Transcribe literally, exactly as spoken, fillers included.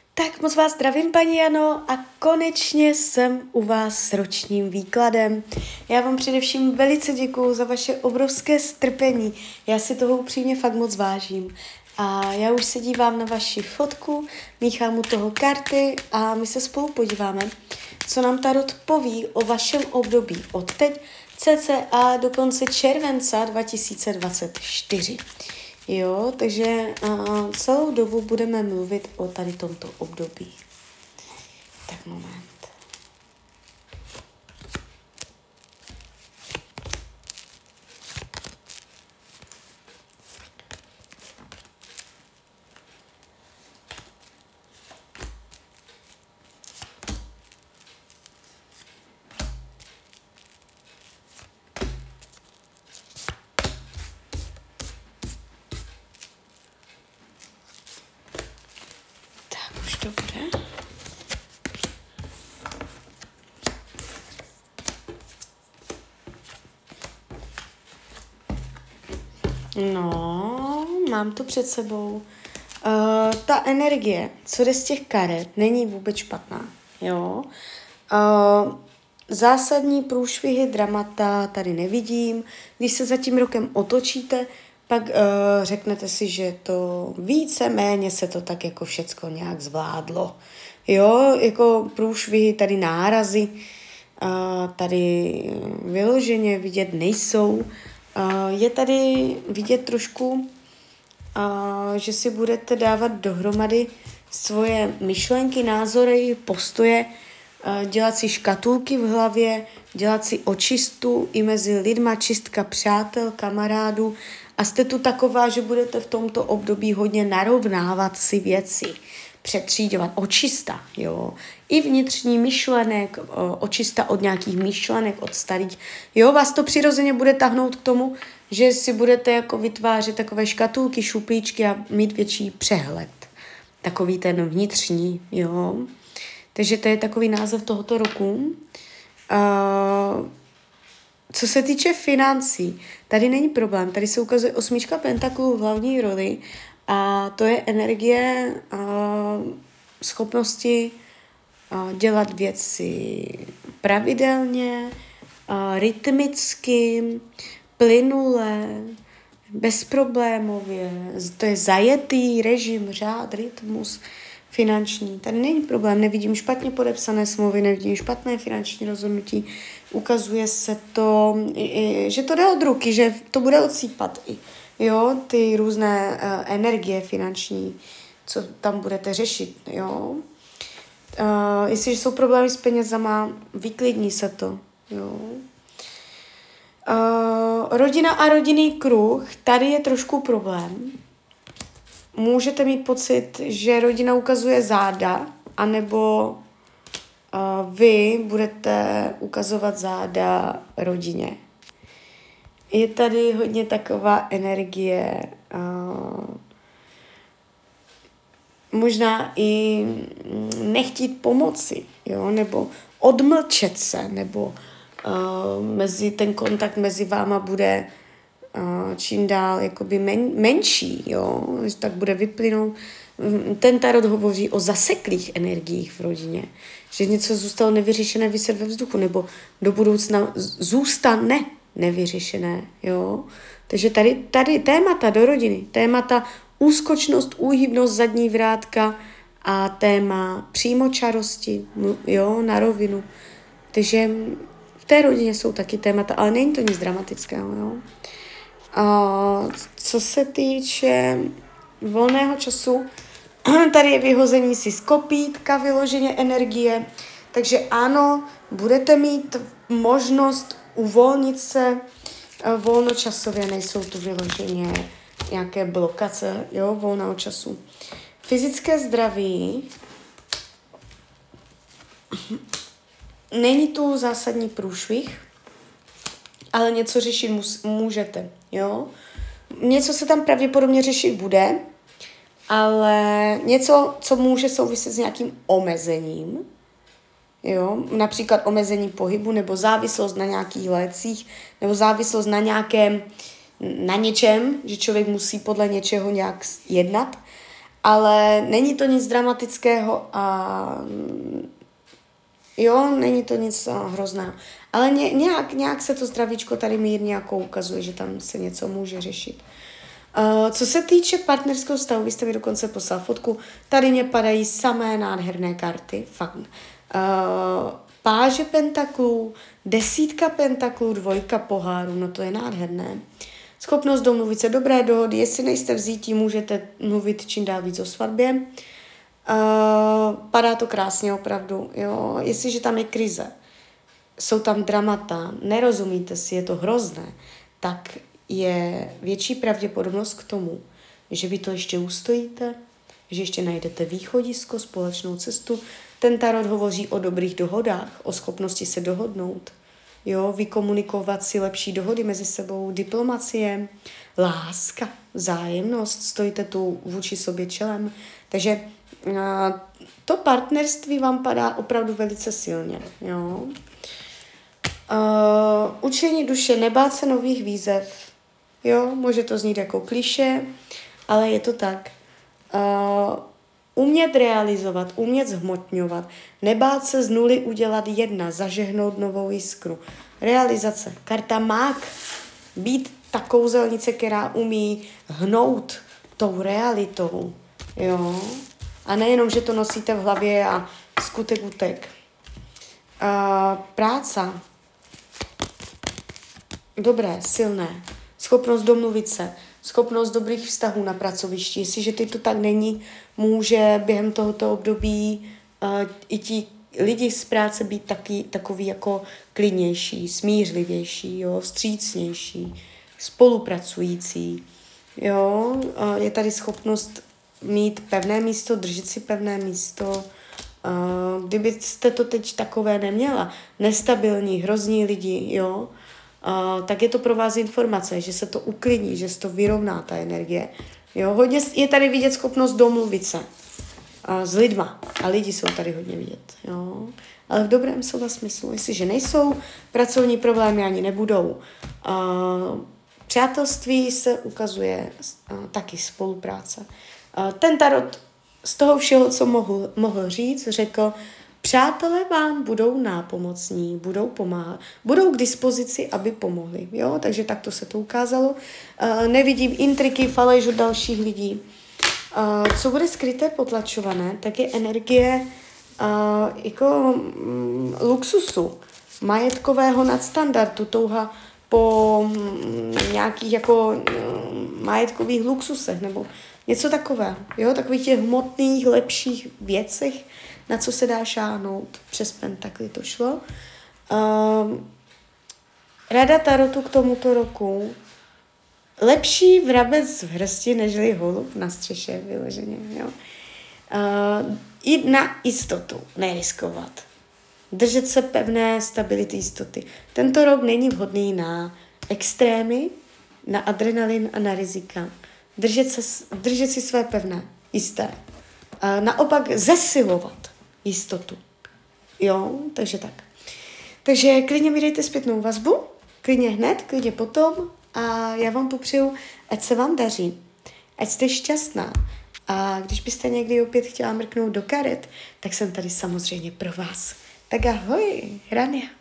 Tak moc vás zdravím, paní Jano, a konečně jsem u vás s ročním výkladem. Já vám především velice děkuju za vaše obrovské strpení. Já si toho upřímně fakt moc vážím. A já už se dívám na vaši fotku, míchám u toho karty a my se spolu podíváme, co nám tarot poví o vašem období od teď cca do konce července dva tisíce dvacet čtyři. Jo, takže uh, celou dobu budeme mluvit o tady tomto období. Tak moment. Tak už to bude. No, mám to před sebou. Uh, ta energie, co jde z těch karet, není vůbec špatná. Jo. Uh, zásadní průšvihy, dramata tady nevidím. Když se za tím rokem otočíte, pak uh, řeknete si, že to víceméně se to tak jako všecko nějak zvládlo. Jo, jako průšvihy, tady nárazy, uh, tady vyloženě vidět nejsou. Uh, je tady vidět trošku, uh, že si budete dávat dohromady svoje myšlenky, názory, postoje, uh, dělat si škatulky v hlavě, dělat si očistu i mezi lidma, čistka přátel, kamarádů, a jste tu taková, že budete v tomto období hodně narovnávat si věci, přetříďovat, očista, jo, i vnitřní myšlenek, očista od nějakých myšlenek, od starých, jo, vás to přirozeně bude tahnout k tomu, že si budete jako vytvářet takové škatulky, šuplíčky a mít větší přehled, takový ten vnitřní, jo, takže to je takový název tohoto roku. Uh, co se týče financí, tady není problém, tady se ukazuje osmička pentaklů v hlavní roli. A to je energie a schopnosti a dělat věci pravidelně, a rytmicky, plynule, bezproblémově. To je zajetý režim, řád, rytmus finanční. Tady není problém, nevidím špatně podepsané smlouvy, nevidím špatné finanční rozhodnutí. Ukazuje se to, že to jde od ruky, že to bude odsýpat i. Jo, ty různé uh, energie finanční, co tam budete řešit, jo. Uh, jestliže jsou problémy s penězama, vyklidní se to, jo. Uh, rodina a rodinný kruh, tady je trošku problém. Můžete mít pocit, že rodina ukazuje záda, anebo uh, vy budete ukazovat záda rodině. Je tady hodně taková energie, uh, možná i nechtít pomoci, jo, nebo odmlčet se, nebo uh, mezi, ten kontakt mezi váma bude uh, čím dál jakoby men, menší, jo, tak bude vyplynout. Ten tarot hovoří o zaseklých energiích v rodině, že něco zůstalo nevyřešené, viset ve vzduchu, nebo do budoucna zůstane nevyřešené, jo. Takže tady, tady témata do rodiny, témata úskočnost, úhybnost, zadní vrátka a téma přímočarosti, jo, na rovinu. Takže v té rodině jsou taky témata, ale není to nic dramatického, jo. A co se týče volného času, tady je vyhození si z kopítka, vyloženě energie, takže ano, budete mít možnost uvolnit se volnočasově, nejsou tu vyloženě nějaké blokace, jo, volného času. Fyzické zdraví, není tu zásadní průšvih, ale něco řešit mus, můžete, jo. Něco se tam pravděpodobně řešit bude, ale něco, co může souviset s nějakým omezením, jo, například omezení pohybu, nebo závislost na nějakých lécích, nebo závislost na nějakém, na něčem, že člověk musí podle něčeho nějak jednat, ale není to nic dramatického a jo, není to nic uh, hrozného. Ale ně, nějak, nějak se to zdravíčko tady mírně jako ukazuje, že tam se něco může řešit. Uh, co se týče partnerského stavu, vy jste mi dokonce poslal fotku, tady mě padají samé nádherné karty, fakt. Uh, páže pentaklů, desítka pentaklů, dvojka pohárů, no to je nádherné. Schopnost domluvit se, dobré dohody, jestli nejste vzítí, můžete mluvit čím dál víc o svatbě. Uh, padá to krásně opravdu, jo, jestliže tam je krize, jsou tam dramata, nerozumíte si, je to hrozné, tak je větší pravděpodobnost k tomu, že vy to ještě ustojíte, že ještě najdete východisko, společnou cestu. Ten tarot hovoří o dobrých dohodách, o schopnosti se dohodnout, jo, vykomunikovat si lepší dohody mezi sebou, diplomacie, láska, vzájemnost, stojíte tu vůči sobě čelem. Takže uh, to partnerství vám padá opravdu velice silně, jo. Uh, učení duše, nebát se nových výzev. Jo, může to znít jako klišé, ale je to tak. Uh, umět realizovat, umět zhmotňovat, nebát se z nuly udělat jedna, zažehnout novou jiskru. Realizace, karta mák, být ta kouzelnice, která umí hnout tou realitou. Jo? A nejenom, že to nosíte v hlavě a skutek utek. Uh, práce. Dobré, silné. Schopnost domluvit se. Schopnost dobrých vztahů na pracovišti. Jestliže teď to tak není, může během tohoto období uh, i ti lidi z práce být taky, takový jako klidnější, smířlivější, jo, vstřícnější, spolupracující. Jo, uh, je tady schopnost mít pevné místo, držet si pevné místo. Uh, kdybyste to teď takové neměla, nestabilní, hrozní lidi, jo, Uh, tak je to pro vás informace, že se to uklidní, že se to vyrovná, ta energie. Jo, hodně je tady vidět schopnost domluvit se uh, s lidma. A lidi jsou tady hodně vidět. Jo. Ale v dobrém slova smyslu. Jestliže nejsou, pracovní problémy ani nebudou. Uh, přátelství se ukazuje uh, taky spolupráce. Uh, ten tarot z toho všeho, co mohl, mohl říct, řekl, přátelé vám budou nápomocní, budou pomáhat, budou k dispozici, aby pomohli. Jo? Takže takto se to ukázalo. Uh, nevidím intriky, faleš od dalších lidí. Uh, co bude skryté, potlačované, tak je energie uh, jako um, luxusu, majetkového nadstandardu, touha po um, nějakých jako um, majetkových luxusech nebo něco takového. Jo? Takových těch hmotných, lepších věcech, na co se dá šáhnout. Přes pentakly to šlo. Um, rada tarotu k tomuto roku. Lepší vrabec v hrsti, nežli holub na střeše, vyloženě. Jo? Uh, jít na jistotu, neriskovat. Držet se pevné stability jistoty. Tento rok není vhodný na extrémy, na adrenalin a na rizika. Držet, se, držet si své pevné, jisté. Uh, naopak zesilovat jistotu. Jo, takže tak. Takže klidně mi dejte zpětnou vazbu, klidně hned, klidně potom a já vám popřeju, ať se vám daří, ať jste šťastná a když byste někdy opět chtěla mrknout do karet, tak jsem tady samozřejmě pro vás. Tak ahoj, Rania.